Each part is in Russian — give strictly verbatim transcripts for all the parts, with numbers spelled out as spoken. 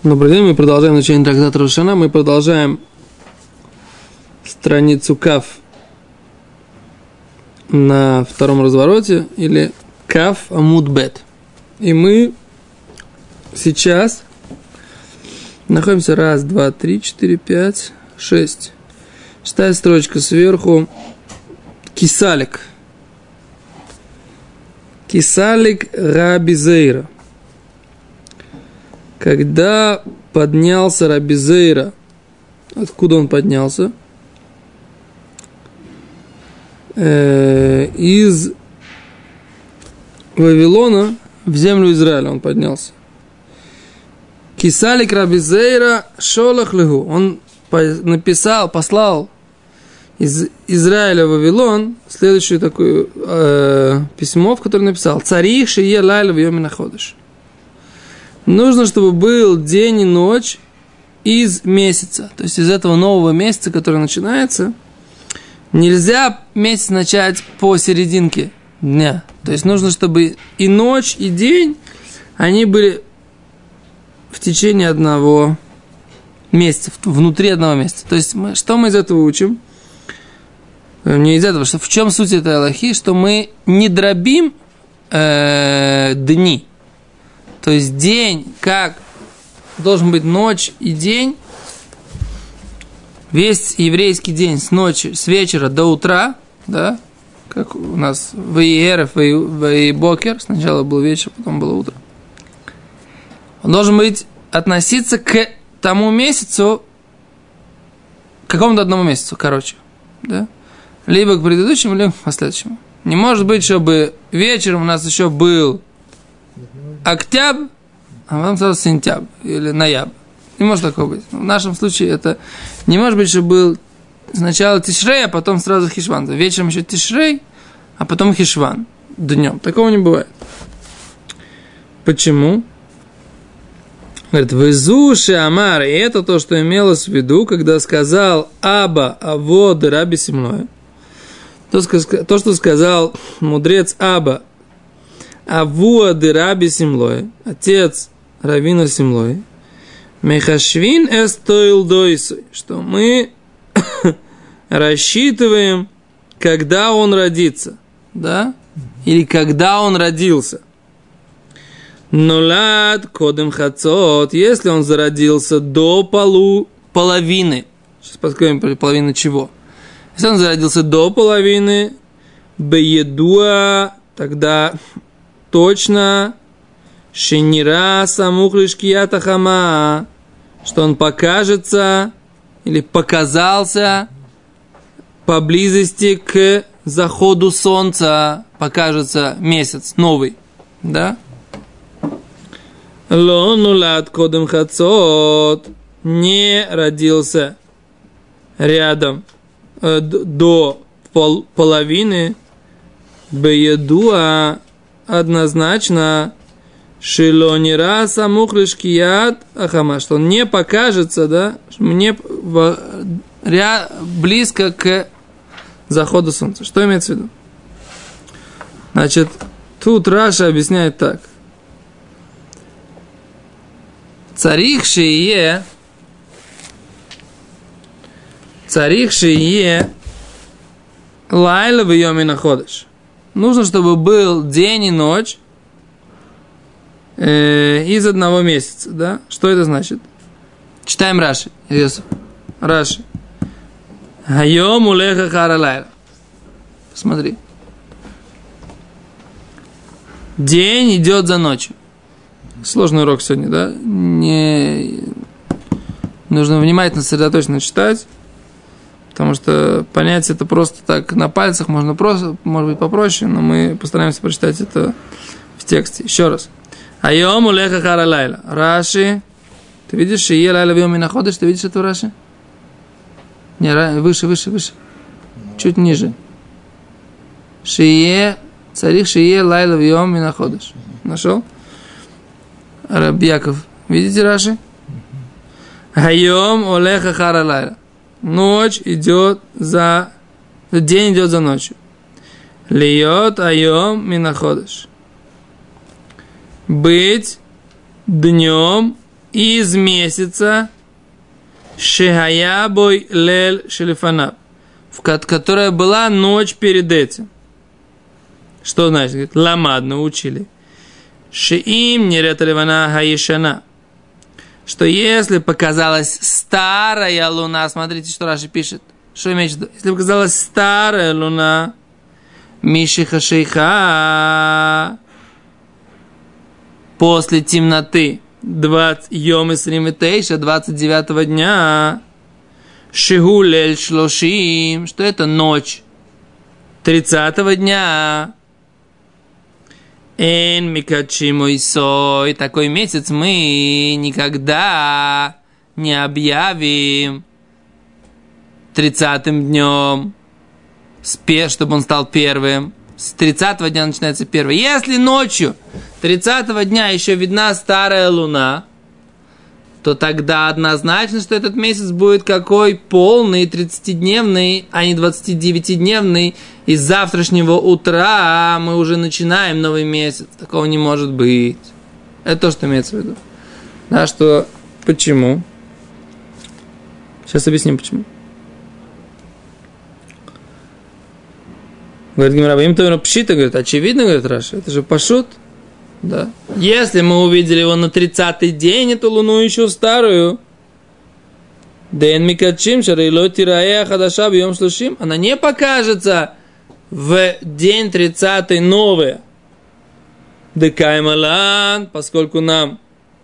Добрый день, мы продолжаем изучение трактата Рош ха-Шана. Мы продолжаем страницу Каф на втором развороте, или Каф Амуд Бет. И мы сейчас находимся раз, два, три, четыре, пять, шесть. Шестая строчка сверху. Кисалик. Кисалик Раби Зейра. Когда поднялся Раби Зейра, откуда он поднялся? Э, из Вавилона в землю Израиля он поднялся. Кисалик Раби Зейра шолах леху. Он написал, послал из Израиля в Вавилон следующее такое э, письмо, в котором написал: «Царих шие лайла в йоми находиш». Нужно, чтобы был день и ночь из месяца. То есть из этого нового месяца, который начинается. Нельзя месяц начать по серединке дня. То есть нужно, чтобы и ночь, и день, они были в течение одного месяца, внутри одного месяца. То есть мы, что мы из этого учим? Не из этого, что в чем суть этой алахи? Что мы не дробим э, дни. То есть день, как должен быть ночь и день, весь еврейский день с ночи, с вечера до утра, да, как у нас в Иерев, в Бокер, сначала был вечер, потом было утро. Он должен быть, относиться к тому месяцу, к какому-то одному месяцу, короче, да, либо к предыдущему, либо к последующему. Не может быть, чтобы вечером у нас еще был октябрь, а потом сразу сентябрь или ноябрь. Не может такого быть. В нашем случае это не может быть, что был сначала Тишрей, а потом сразу Хишван. Вечером еще Тишрей, а потом Хишван днем. Такого не бывает. Почему? Говорит, «Везуши Амар», и это то, что имелось в виду, когда сказал Аба Авод Раби Симлой. То, что сказал мудрец Аба Авуа де Раби Симлой, отец Равина Симлой, Мехашвин эстоил дойсой, что мы рассчитываем, когда он родится, да? Или когда он родился. Нулад кодем хацот, если он зародился до полу, половины. Сейчас подскажем, половины чего? Если он зародился до половины, беедуа, тогда точно шинира самухлишкията хама, что он покажется или показался поблизости к заходу солнца, покажется месяц новый, да? Ло нулад кодем хацот, не родился рядом э, до пол, половины, беедуа, однозначно, шилонира самухлишкият ахама, что он не покажется, да, мне в, ря, близко к заходу солнца. Что имеется в виду? Значит, тут Раша объясняет так. Царих шие, царих шие, лайла в йоми находиш. Нужно, чтобы был день и ночь э, из одного месяца, да? Что это значит? Читаем Раши. Раши. Хайом улеха хара лайла. Посмотри. День идет за ночью. Сложный урок сегодня, да? Не... Нужно внимательно, сосредоточенно читать. Потому что понять это просто так на пальцах можно просто, может быть, попроще, но мы постараемся прочитать это в тексте. Еще раз. Айом улеха хара лайла. Раши. Ты видишь, шие лайла в йоми находиш? Ты видишь это в Раши? Не, выше, выше, выше. Чуть ниже. Шие, царих шие лайла в йоми находиш. Нашел? Раби Яков. Видите Раши? Айом улеха хара лайла. Ночь идет за... День идет за ночью. Льет айом минаходыш. Быть днем из месяца шегаябой лель шелифанаб, которая была ночь перед этим. Что значит? Говорит, ламад, научили. Шеим нереталивана хаишана. Что если показалась старая луна, смотрите, что Раши пишет. Что имеется в виду? Если показалась старая луна, мишиха шейха, после темноты, двадцать йом исрим витейша, двадцать девятого дня, шигу лель шлошим, что это ночь тридцатого дня. Эн микачим ойсой, такой месяц мы никогда не объявим тридцатым днем, чтобы он стал первым. С тридцатого дня начинается первый. Если ночью тридцатого дня еще видна старая луна, то тогда однозначно, что этот месяц будет какой? Полный, тридцатидневный, а не двадцатидевятидневный. И с завтрашнего утра мы уже начинаем новый месяц. Такого не может быть. Это то, что имеется в виду. Да, что... Почему? Сейчас объясним, почему. Говорит Гемара, им то пшита, говорит, очевидно, говорит Раша, это же пашут. Да. Если мы увидели его на тридцатый день, эту луну еще старую, дэн микачим шарило тираэ хадаша бьем шлушим, она не покажется в день тридцатый новая. Декаймалан, поскольку нам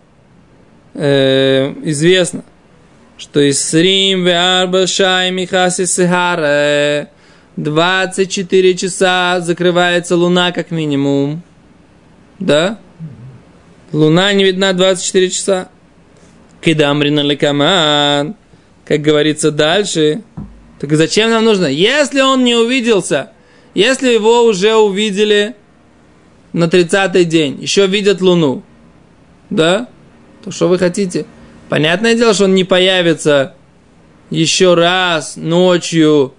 э, известно, что исрим веарба шай михаси сихаре, двадцать четыре часа закрывается луна как минимум. Да? Луна не видна двадцать четыре часа. Кидамрина лекаман. Как говорится дальше. Так зачем нам нужно? Если он не увиделся, если его уже увидели на тридцатый день, еще видят луну, да? То что вы хотите? Понятное дело, что он не появится еще раз ночью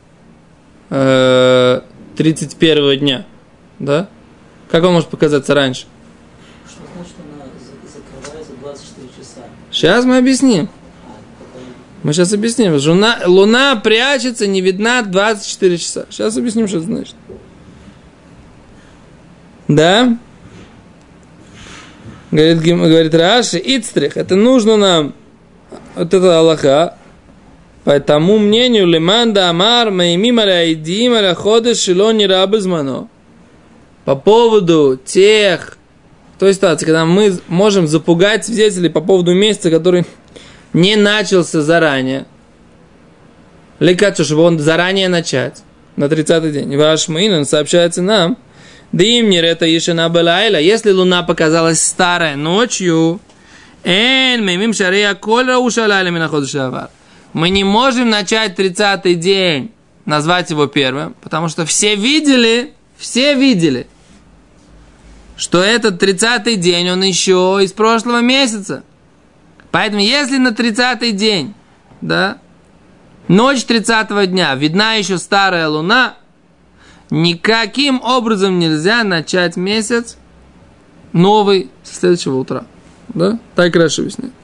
э, тридцать первого дня, да? Как он может показаться раньше? Что значит, она закрывается двадцать четыре часа? Сейчас мы объясним. Мы сейчас объясним. Луна, луна прячется, не видна двадцать четыре часа. Сейчас объясним, что это значит. Да? Говорит, говорит Раши, ицтрих, это нужно нам, вот это Аллаха, по тому мнению, леманда амар, маимим аляйдим аляходеш шилони рабызмано. По поводу тех, той ситуации, когда мы можем запугать свидетелей по поводу месяца, который не начался заранее. Лекачу, чтобы он заранее начать, на тридцатый день. Ваш Мейлен сообщается нам, да им не рета ешена белайла, если луна показалась старой ночью, эн мемим шария коль ушалайла минаходу шавар. Мы не можем начать тридцатый день, назвать его первым, потому что все видели, все видели, что этот тридцатый день, он еще из прошлого месяца. Поэтому, если на тридцатый день, да, ночь тридцатого дня, видна еще старая луна, никаким образом нельзя начать месяц новый со следующего утра. Да? Так Раши объясняет.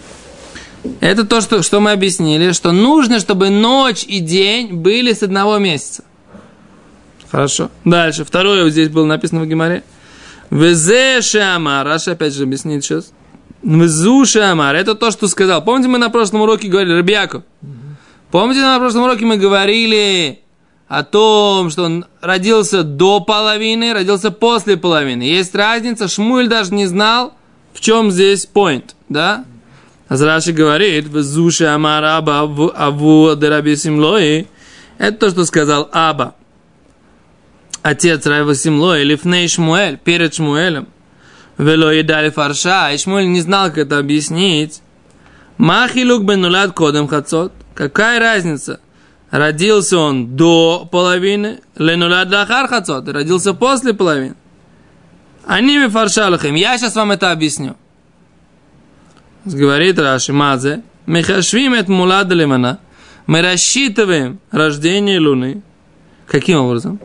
Это то, что, что мы объяснили, что нужно, чтобы ночь и день были с одного месяца. Хорошо. Дальше. Второе вот здесь было написано в Гемаре. Везе шама. Раша опять же объяснит сейчас. Везу шамар. Это то, что сказал. Помните, мы на прошлом уроке говорили, Раби Яков? Помните, на прошлом уроке мы говорили о том, что он родился до половины, родился после половины. Есть разница. Шмуэль даже не знал, в чем здесь point. Да? А Раши говорит, везу шамар аба аву дераби симлои. Это то, что сказал Аба, отец Раби Симлои, лифней Шмуэль, перед Шмуэлем. Вело едали фарша, и Шмуэль не знал, как это объяснить. Махилук бен нулад кодем хацот. Какая разница? Родился он до половины, ленулад лахар хацот, родился после половины. Они ми фаршалухим. Я сейчас вам это объясню. Говорит Раши, мазе, мехашвим эт мулад лимана. Мы рассчитываем рождение луны. Каким образом?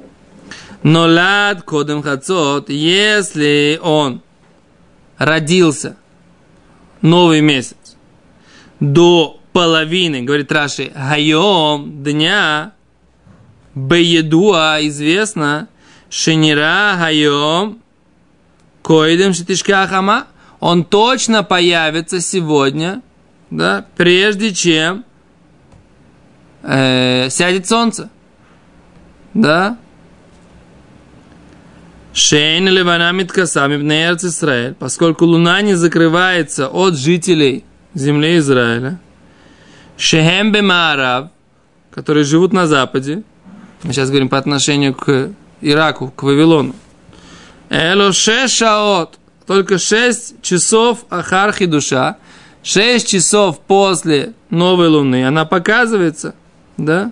Нолад кодем хацот, если он родился новый месяц, до половины, говорит Раши, хайом, дня, беедуа, известно, шинира, хайом, коидем, шитишкахама, он точно появится сегодня, да, прежде чем э, сядет солнце, да. Шейн левана миткасами бней эрец Исраэль, поскольку луна не закрывается от жителей земли Израиля. Шехем бемаарав, которые живут на западе. Мы сейчас говорим по отношению к Ираку, к Вавилону. Эло шешаот, только шесть часов ахархи душа, шесть часов после новой луны, она показывается, да?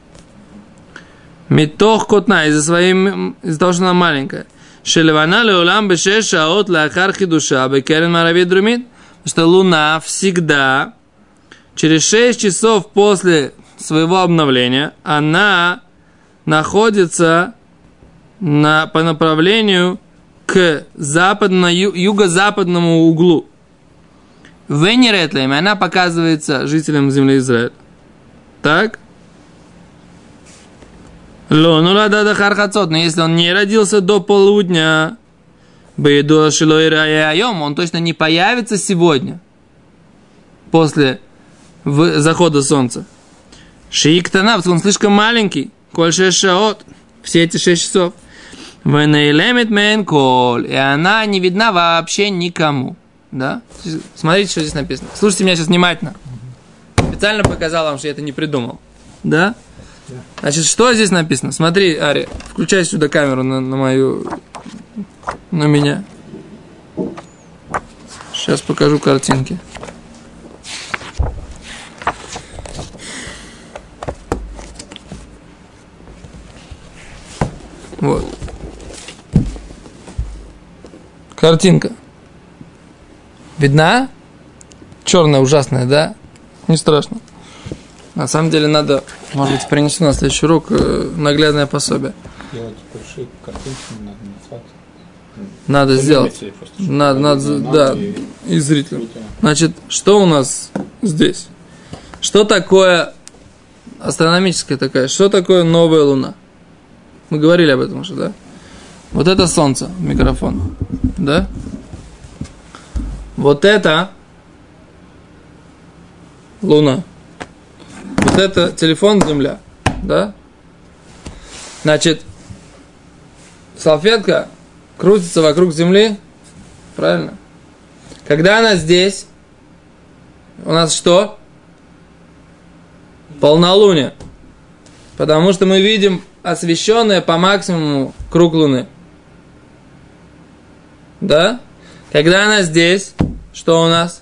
Митох котна, из-за своей, из-за того, что она маленькая. Шелевана леулам бешеш шаот лахархи душа, бекерен марави друмит, что луна всегда через шесть часов после своего обновления она находится на, по направлению к западно, ю, юго-западному углу. Венеретлем, она показывается жителям земли Израиля. Так? Ло, ну ладно, да хархацот, но если он не родился до полудня, бейду шилой раяйом, он точно не появится сегодня, после захода солнца. Шииктана, он слишком маленький, коль шесть шаот, все эти шесть часов. Венейлемит мен коль, и она не видна вообще никому. Да? Смотрите, что здесь написано. Слушайте меня сейчас внимательно. Специально показал вам, что я это не придумал. Да? Значит, что здесь написано? Смотри, Ари, включай сюда камеру на, на мою, на меня. Сейчас покажу картинки. Вот. Картинка. Видна? Черная, ужасная, да? Не страшно. На самом деле надо, может быть, принесу на следующий урок наглядное пособие. Делать большие картинки надо назвать. Надо сделать. Надо, надо, да, и, и зрителям. Значит, что у нас здесь? Что такое астрономическая такая? Что такое новая луна? Мы говорили об этом уже, да? Вот это солнце, микрофон, да? Вот это луна. Вот это телефон, земля, да? Значит, салфетка крутится вокруг земли, правильно? Когда она здесь, у нас что? Полнолуние. Потому что мы видим освещенное по максимуму круг луны. Да? Когда она здесь, что у нас?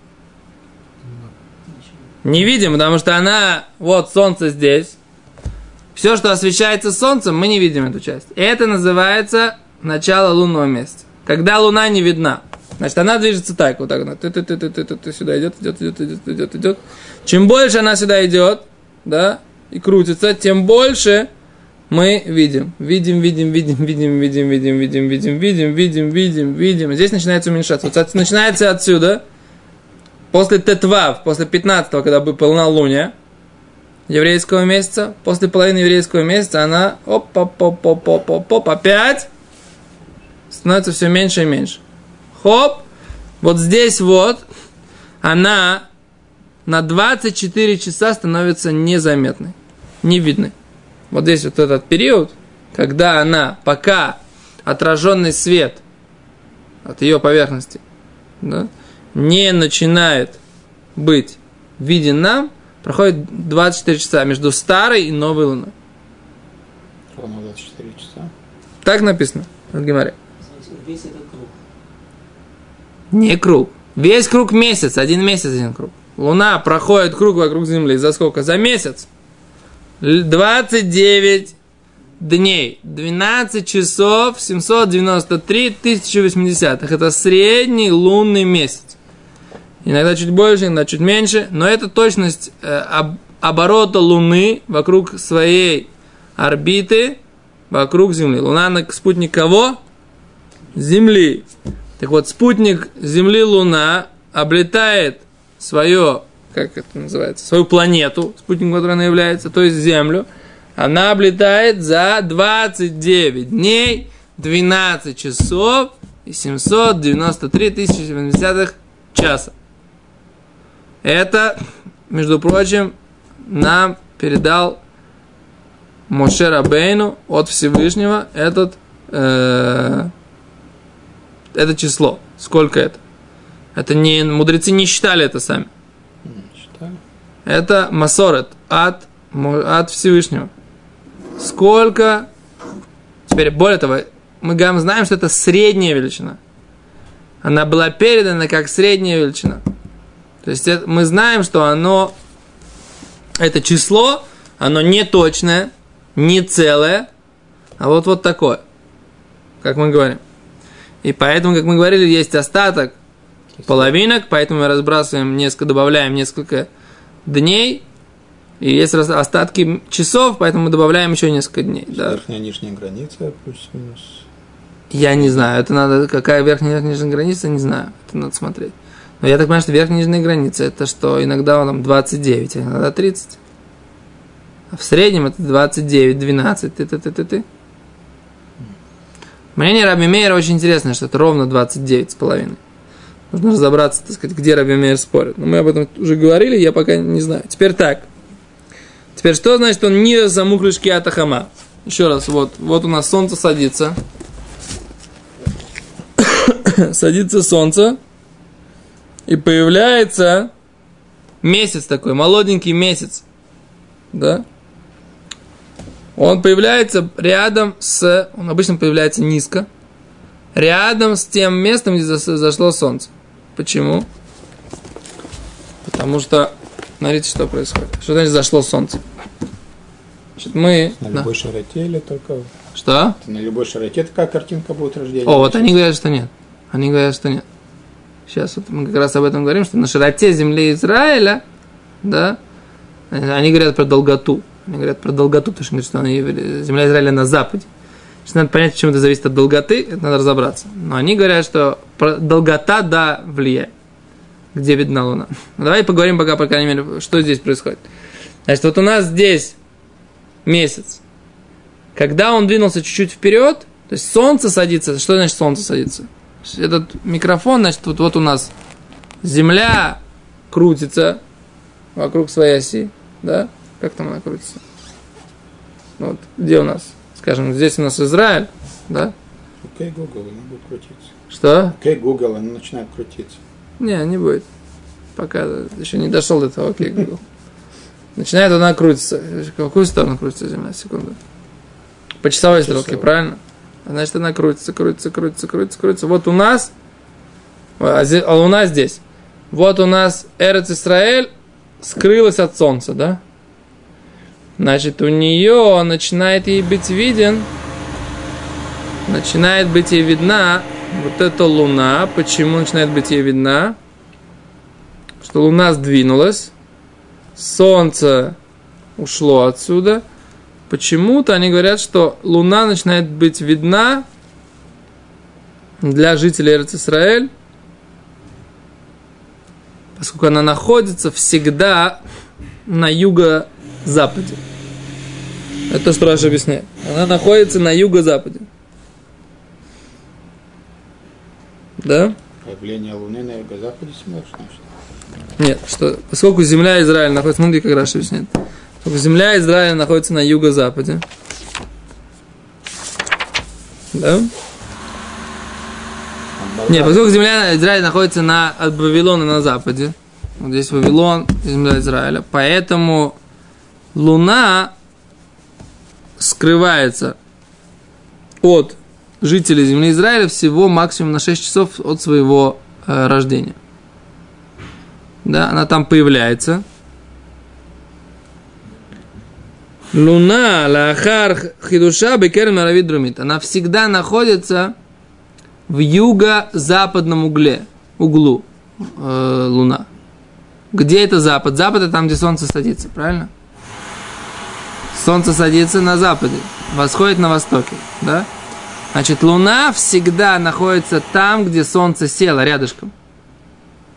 Не видим, потому что она, вот солнце здесь. Все, что освещается солнцем, мы не видим эту часть. Это называется начало лунного месяца. Когда луна не видна. Значит, она движется так, вот так. Она ты, ты, ты, ты, ты, ты, ты, сюда идет, идет, идет, идет, идет, идет. Чем больше она сюда идет, да, и крутится, тем больше мы видим. Видим, видим, видим, видим, видим, видим, видим, видим, видим, видим, видим, видим. Здесь начинается уменьшаться. Вот начинается отсюда. После Тетвав, после пятнадцатого, когда будет полнолуние еврейского месяца, после половины еврейского месяца она оп, оп, оп, оп, оп, оп, оп, опять становится все меньше и меньше. Хоп, вот здесь вот она на двадцать четыре часа становится незаметной, невидной. Вот здесь вот этот период, когда она, пока отраженный свет от ее поверхности, да, не начинает быть виден нам, проходит двадцать четыре часа между старой и новой луной. Ровно двадцать четыре часа. Так написано в Гемаре. Весь этот круг. Не круг. Весь круг месяц, один месяц, один круг. Луна проходит круг вокруг Земли. За сколько? За месяц. двадцать девять дней. двенадцать часов семьсот девяносто три тысячи восьмидесятых. Это средний лунный месяц. Иногда чуть больше, иногда чуть меньше. Но это точность э, об, оборота Луны вокруг своей орбиты, вокруг Земли. Луна – спутник кого? Земли. Так вот, спутник Земли Луна облетает свое, как это называется, свою планету, спутник, которой она является, то есть Землю, она облетает за двадцать девять дней, двенадцать часов и семьсот девяносто три тысячи семидесятых часа. Это, между прочим, нам передал Моше Рабейну от Всевышнего этот, э, это число. Сколько это? Это не, мудрецы не считали это сами. Не считали. Это масорет от, от Всевышнего. Сколько? Теперь, более того, мы знаем, что это средняя величина. Она была передана как средняя величина. То есть это, мы знаем, что оно, это число, оно не точное, не целое, а вот вот такое, как мы говорим. И поэтому, как мы говорили, есть остаток половинок, поэтому мы разбрасываем несколько, добавляем несколько дней, и есть остатки часов, поэтому мы добавляем еще несколько дней. Да. Верхняя нижняя граница плюс-минус. Я не знаю, это надо, какая верхняя нижняя граница, не знаю, это надо смотреть. Но я так понимаю, что верхняя нижняя граница, это что иногда он там двадцать девять, а иногда тридцать. А в среднем это двадцать девять, двенадцать, ты-ты-ты-ты-ты. Мнение Раби Мейера очень интересное, что это ровно двадцать девять с половиной. Нужно разобраться, так сказать, где Раби Мейер спорит. Но мы об этом уже говорили, я пока не знаю. Теперь так. Теперь что значит он не замуклишки атахама? Еще раз, вот, вот у нас солнце садится. Садится солнце. И появляется месяц такой, молоденький месяц. Да? Он появляется рядом с... Он обычно появляется низко. Рядом с тем местом, где зашло солнце. Почему? Потому что... Смотрите, что происходит. Что значит зашло солнце? Значит, мы... На да. любой широте или только... Что? На любой широте такая картинка будет рождения. О, вот они говорят, что нет. Они говорят, что нет. Сейчас вот мы как раз об этом говорим, что на широте земли Израиля, да, они говорят про долготу. Они говорят про долготу, потому что говорят, что они, земля Израиля на западе. Сейчас надо понять, почему это зависит от долготы, это надо разобраться. Но они говорят, что долгота, да, влияет. Где видна Луна. Ну, давай поговорим пока, по крайней мере, что здесь происходит. Значит, вот у нас здесь месяц. Когда он двинулся чуть-чуть вперед, то есть солнце садится. Что значит солнце садится? Этот микрофон, значит, вот, вот у нас Земля крутится вокруг своей оси, да? Как там она крутится? Вот, где у нас? Скажем, здесь у нас Израиль, да? Окей, Google, она будет крутиться. Что? Окей, Google, она начинает крутиться. Не, не будет. Пока еще не дошел до этого, окей, Google. Начинает она крутиться. В какую сторону крутится Земля? Секунду. По часовой стрелке, правильно? Значит, она крутится, крутится, крутится, крутится, крутится. Вот у нас, а Луна здесь. Вот у нас Эрец Исраэль скрылась от Солнца, да? Значит, у нее начинает ей быть виден, начинает быть ей видна вот эта Луна. Почему начинает быть ей видна? Что Луна сдвинулась, Солнце ушло отсюда. Почему-то они говорят, что Луна начинает быть видна для жителей Эрец Исраэль, поскольку она находится всегда на юго-западе. Это то, что Раша объясняет. Она находится на юго-западе. Да? Появление Луны на юго-западе смешно, что? Нет, что поскольку земля Израиля находится, смотри, как Раша объясняет. Земля Израиля находится на юго-западе. Да? Нет, поскольку земля Израиля находится на, от Вавилона на западе. Вот здесь Вавилон, земля Израиля. Поэтому Луна скрывается от жителей земли Израиля всего максимум на шесть часов от своего э, рождения. Да, она там появляется. Луна, лахар хидуша бекер маравид друмит. Она всегда находится в юго-западном угле, углу э, Луна. Где это запад? Запад это там, где солнце садится, правильно? Солнце садится на западе, восходит на востоке, да? Значит, Луна всегда находится там, где солнце село, рядышком.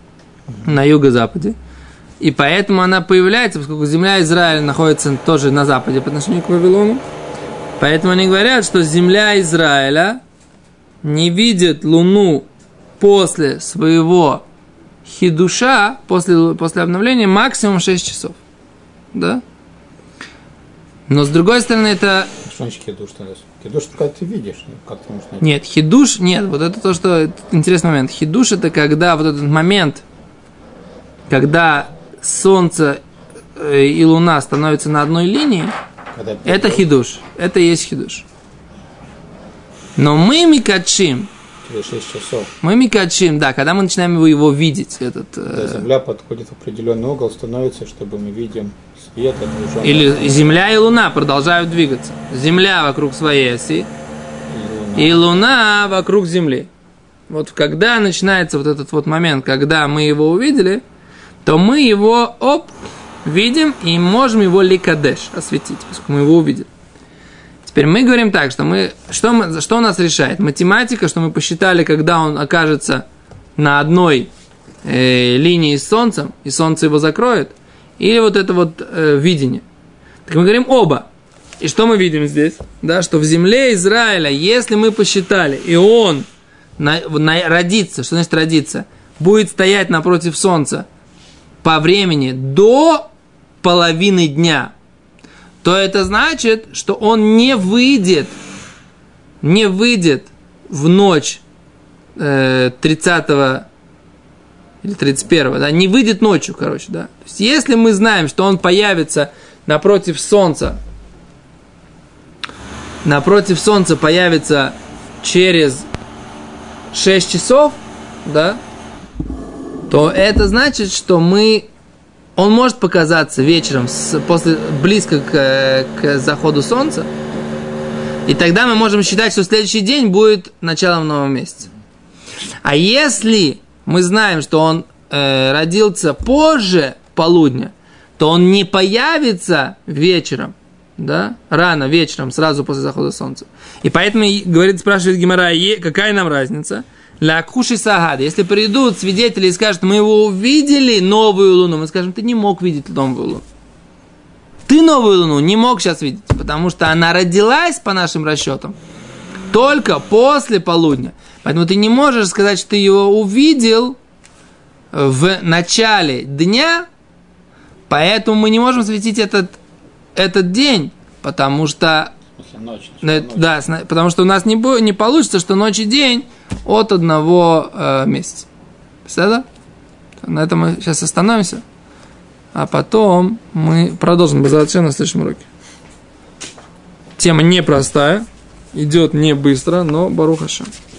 на юго-западе. И поэтому она появляется, поскольку земля Израиля находится тоже на западе по отношению к Вавилону. Поэтому они говорят, что земля Израиля не видит Луну после своего хидуша, после, после обновления, максимум шесть часов. Да? Но с другой стороны, это... Что значит хидуш? Хидуш, когда ты видишь, как ты можешь найти? Нет, хидуш, нет, вот это то, что... Это интересный момент. Хидуш – это когда вот этот момент, когда Солнце и Луна становятся на одной линии, когда это хидуш. Это и есть хидуш. Но мы микачим. Через шесть часов. Мы микачим, да, когда мы начинаем его, его видеть. Этот, когда э... земля подходит в определенный угол, становится, чтобы мы видим свет. Или земля и Луна продолжают двигаться. Земля вокруг своей оси. И Луна, и Луна вокруг Земли. Вот когда начинается вот этот вот момент, когда мы его увидели, то мы его, оп, видим и можем его ликадеш осветить, поскольку мы его увидели. Теперь мы говорим так, что мы, что, мы, что у нас решает? Математика, что мы посчитали, когда он окажется на одной э, линии с Солнцем, и Солнце его закроет, или вот это вот э, видение. Так мы говорим оба. И что мы видим здесь? Да, что в земле Израиля, если мы посчитали, и он на, на, родится, что значит родится, будет стоять напротив Солнца по времени до половины дня, то это значит, что он не выйдет, не выйдет в ночь э, тридцатого или тридцать первого, да, не выйдет ночью, короче, да. То есть, если мы знаем, что он появится напротив Солнца, напротив Солнца появится через шесть часов, да, то это значит, что мы... Он может показаться вечером, с, после, близко к, к заходу солнца, и тогда мы можем считать, что следующий день будет началом нового месяца. А если мы знаем, что он э, родился позже полудня, то он не появится вечером, да, рано вечером, сразу после захода солнца. И поэтому, говорит, спрашивает Гемара, какая нам разница? Ля куши сагады. Если придут свидетели и скажут, мы его увидели, новую луну, мы скажем, ты не мог видеть новую луну. Ты новую луну не мог сейчас видеть, потому что она родилась, по нашим расчетам, только после полудня. Поэтому ты не можешь сказать, что ты его увидел в начале дня, поэтому мы не можем светить этот, этот день, потому что... Ночь, ночь. Да, потому что у нас не, будет, не получится, что ночь и день от одного э, месяца. Представляете? На этом мы сейчас остановимся, а потом мы продолжим возвращение на следующем уроке. Тема непростая, идет не быстро, но барух Ашем.